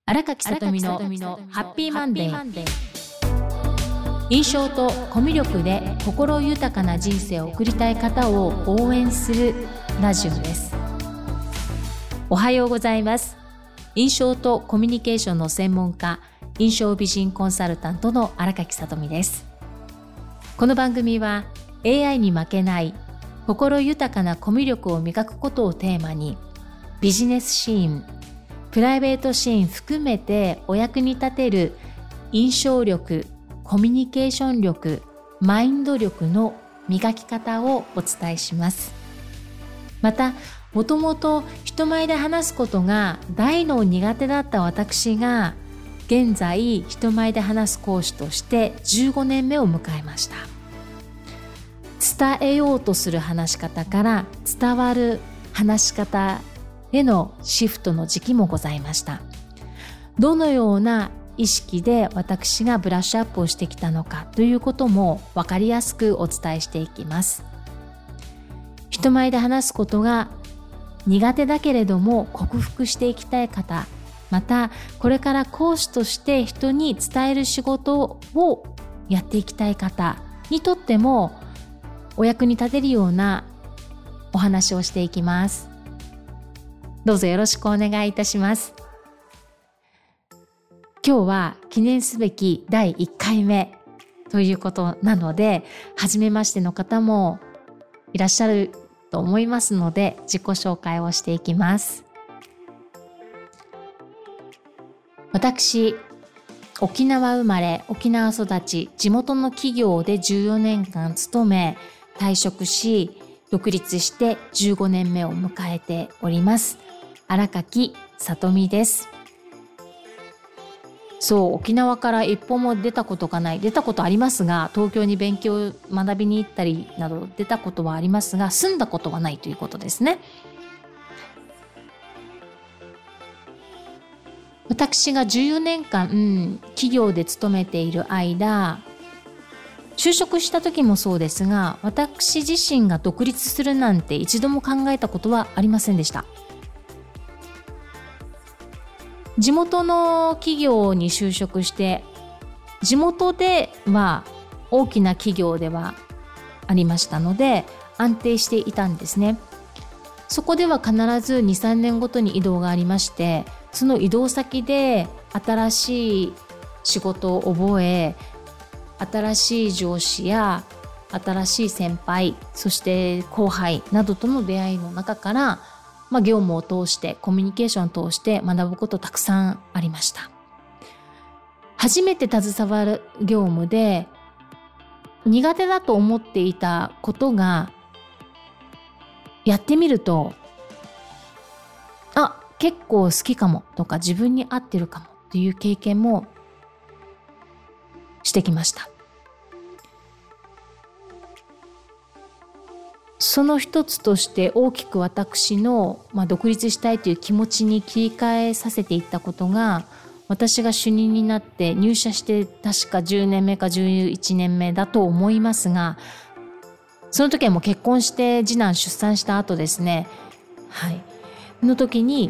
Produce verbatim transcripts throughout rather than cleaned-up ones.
新垣さとみのハッピーマンデー。印象とコミュ力で心豊かな人生を送りたい方を応援するラジオです。おはようございます。印象とコミュニケーションの専門家、印象美人コンサルタントの新垣さとみです。この番組は エーアイ に負けない心豊かなコミュ力を磨くことをテーマに、ビジネスシーン、プライベートシーン含めてお役に立てる印象力、コミュニケーション力、マインド力の磨き方をお伝えします。また、もともと人前で話すことが大の苦手だった私が、現在人前で話す講師としてじゅうごねんめを迎えました。伝えようとする話し方から伝わる話し方へのシフトの時期もございました。どのような意識で私がブラッシュアップをしてきたのかということも分かりやすくお伝えしていきます。人前で話すことが苦手だけれども克服していきたい方、またこれから講師として人に伝える仕事をやっていきたい方にとってもお役に立てるようなお話をしていきます。どうぞよろしくお願いいたします。今日は記念すべきだいいっかいめということなので、初めましての方もいらっしゃると思いますので、自己紹介をしていきます。私、沖縄生まれ、沖縄育ち、地元の企業でじゅうよねんかん勤め、退職し、独立してじゅうごねんめを迎えております。新垣さとみです。そう、沖縄から一歩も出たことがない。出たことありますが、東京に勉強、学びに行ったりなど出たことはありますが、住んだことはないということですね。私がじゅうよねんかん、うん、企業で勤めている間、就職した時もそうですが、私自身が独立するなんて一度も考えたことはありませんでした。地元の企業に就職して、地元では大きな企業ではありましたので安定していたんですね。そこでは必ず にさんねんごとに異動がありまして、その異動先で新しい仕事を覚え、新しい上司や新しい先輩、そして後輩などとの出会いの中から、まあ、業務を通してコミュニケーションを通して学ぶことたくさんありました。初めて携わる業務で苦手だと思っていたことがやってみると、あ、結構好きかもとか自分に合ってるかもという経験もしてきました。その一つとして大きく私の、まあ、独立したいという気持ちに切り替えさせていったことが、私が主任になって入社して確かじゅうねんめかじゅういちねんめだと思いますが、その時はもう結婚して次男出産した後ですね、はい、の時に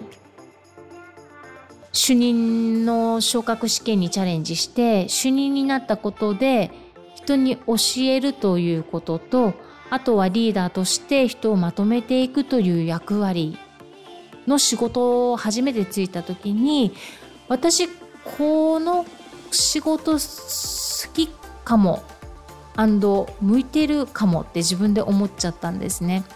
主任の昇格試験にチャレンジして主任になったことで人に教えるということと、あとはリーダーとして人をまとめていくという役割の仕事を初めてついた時に、私この仕事好きかも&向いてるかもって自分で思っちゃったんですね。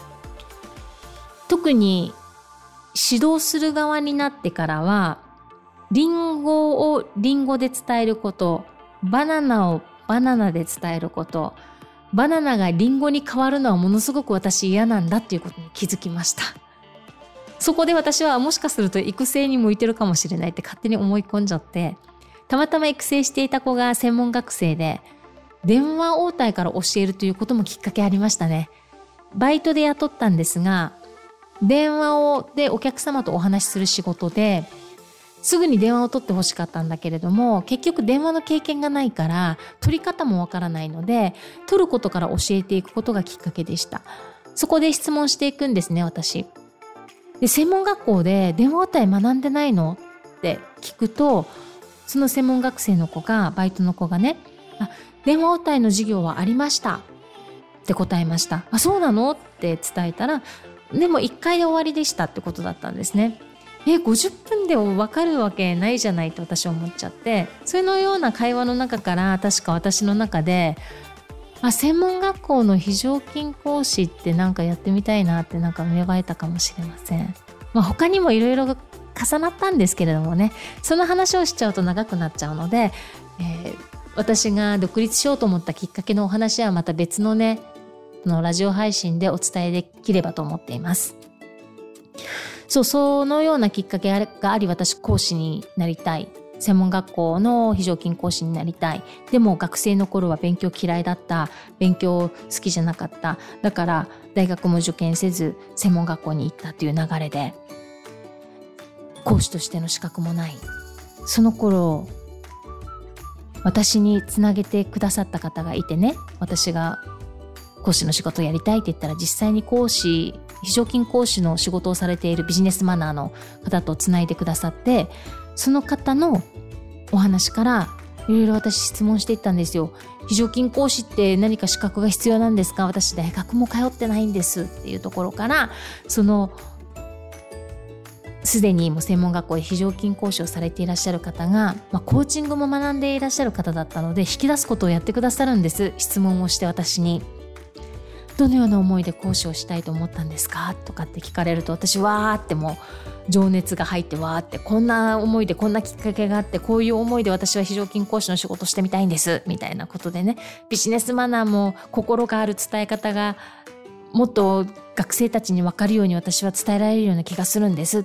特に指導する側になってからは、リンゴをリンゴで伝えること、バナナをバナナで伝えること、バナナがリンゴに変わるのはものすごく私嫌なんだっていうことに気づきました。そこで私はもしかすると育成に向いてるかもしれないって勝手に思い込んじゃって、たまたま育成していた子が専門学生で、電話応対から教えるということもきっかけありましたね。バイトで雇ったんですが、電話をでお客様とお話しする仕事で、すぐに電話を取ってほしかったんだけれども、結局電話の経験がないから取り方もわからないので、取ることから教えていくことがきっかけでした。そこで質問していくんですね、私。で、専門学校で電話応対学んでないのって聞くと、その専門学生の子が、バイトの子がね、あ、電話応対の授業はありましたって答えました。あ、そうなのって伝えたら、でもいっかいで終わりでしたってことだったんですね。え、ごじゅっぷんで分かるわけないじゃないと私は思っちゃって、そのような会話の中から確か私の中で、あ、専門学校の非常勤講師ってなんかやってみたいなってなんか芽生えたかもしれません。まあ、他にもいろいろ重なったんですけれどもね、その話をしちゃうと長くなっちゃうので、えー、私が独立しようと思ったきっかけのお話はまた別のね、のラジオ配信でお伝えできればと思っています。そう、そのようなきっかけがあり、私講師になりたい。専門学校の非常勤講師になりたい。でも学生の頃は勉強嫌いだった。勉強好きじゃなかった。だから大学も受験せず専門学校に行ったという流れで、講師としての資格もない。その頃、私につなげてくださった方がいてね、私が講師の仕事をやりたいって言ったら、実際に講師、非常勤講師の仕事をされているビジネスマナーの方とつないでくださって、その方のお話からいろいろ私質問していったんですよ。非常勤講師って何か資格が必要なんですか？私大学も通ってないんですっていうところから、そのすでにもう専門学校で非常勤講師をされていらっしゃる方が、まあ、コーチングも学んでいらっしゃる方だったので、引き出すことをやってくださるんです。質問をして私に、どのような思いで講師をしたいと思ったんですかとかって聞かれると、私わーってもう情熱が入ってわーって、こんな思いでこんなきっかけがあって、こういう思いで私は非常勤講師の仕事してみたいんですみたいなことでね、ビジネスマナーも心がある伝え方がもっと学生たちに分かるように私は伝えられるような気がするんですって、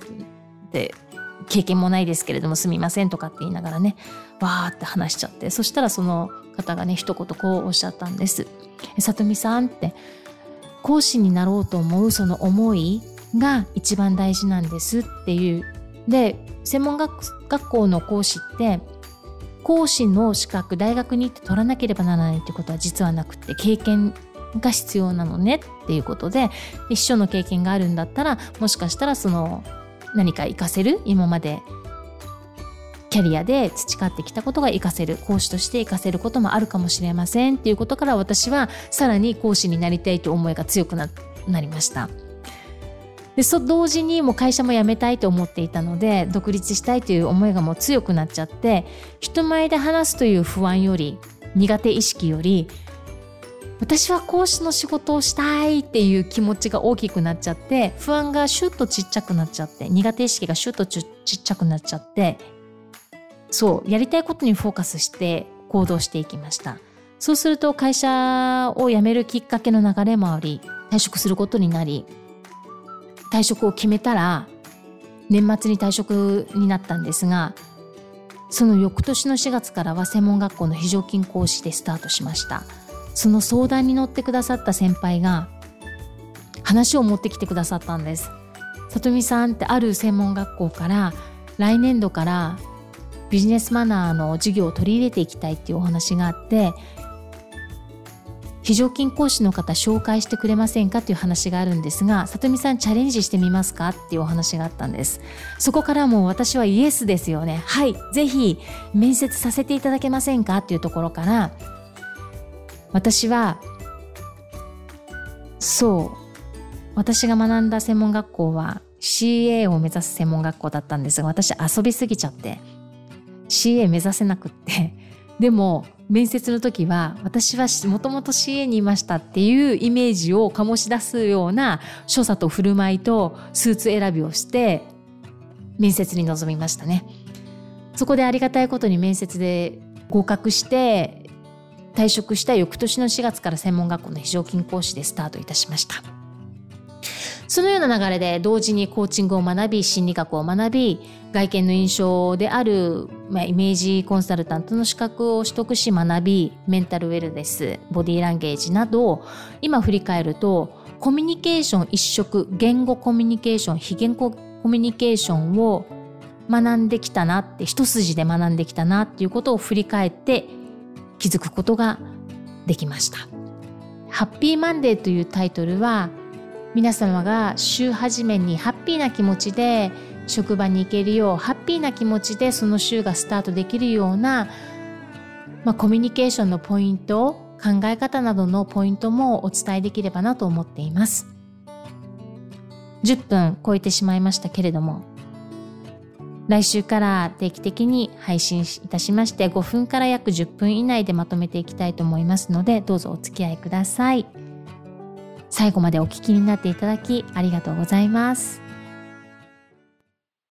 経験もないですけれどもすみませんとかって言いながらね、わーって話しちゃって、そしたらその方がね一言こうおっしゃったんです。さとみさんって、講師になろうと思うその思いが一番大事なんですっていう。で、専門 学, 学校の講師って講師の資格大学に行って取らなければならないってことは実はなくて、経験が必要なのねっていうことで、秘書の経験があるんだったら、もしかしたらその何か活かせる、今までキャリアで培ってきたことが活かせる、講師として活かせることもあるかもしれませんっていうことから、私はさらに講師になりたいという思いが強く な, なりました。で、そ同時にもう会社も辞めたいと思っていたので、独立したいという思いがもう強くなっちゃって、人前で話すという不安より、苦手意識より、私は講師の仕事をしたいっていう気持ちが大きくなっちゃって、不安がシュッとちっちゃくなっちゃって、苦手意識がシュッと ち, ちっちゃくなっちゃって、そう、やりたいことにフォーカスして行動していきました。そうすると会社を辞めるきっかけの流れもあり、退職することになり、退職を決めたら年末に退職になったんですが、その翌年のしがつからは専門学校の非常勤講師でスタートしました。その相談に乗ってくださった先輩が話を持ってきてくださったんです。さとみさんって、ある専門学校から来年度からビジネスマナーの授業を取り入れていきたいっていうお話があって、非常勤講師の方紹介してくれませんかっていう話があるんですが、さとみさんチャレンジしてみますかっていうお話があったんです。そこからもう私はイエスですよね。はい、ぜひ面接させていただけませんかっていうところから、私はそう私が学んだ専門学校は シーエー を目指す専門学校だったんですが、私遊びすぎちゃってシーエー 目指せなくって、でも面接の時は私はもともと シーエー にいましたっていうイメージを醸し出すような所作と振る舞いとスーツ選びをして面接に臨みましたね。そこでありがたいことに面接で合格して退職した翌年のしがつから専門学校の非常勤講師でスタートいたしました。そのような流れで同時にコーチングを学び、心理学を学び、外見の印象である、まあ、イメージコンサルタントの資格を取得し学び、メンタルウェルネス、ボディーランゲージなど、今振り返るとコミュニケーション一色、言語コミュニケーション、非言語コミュニケーションを学んできたなって、一筋で学んできたなっていうことを振り返って気づくことができました。ハッピーマンデーというタイトルは、皆様が週初めにハッピーな気持ちで職場に行けるようハッピーな気持ちでその週がスタートできるような、まあ、コミュニケーションのポイント、考え方などのポイントもお伝えできればなと思っています。じゅっぷん超えてしまいましたけれども、来週から定期的に配信いたしまして、ごふんから約じゅっぷん以内でまとめていきたいと思いますので、どうぞお付き合いください。最後までお聞きになっていただきありがとうございます。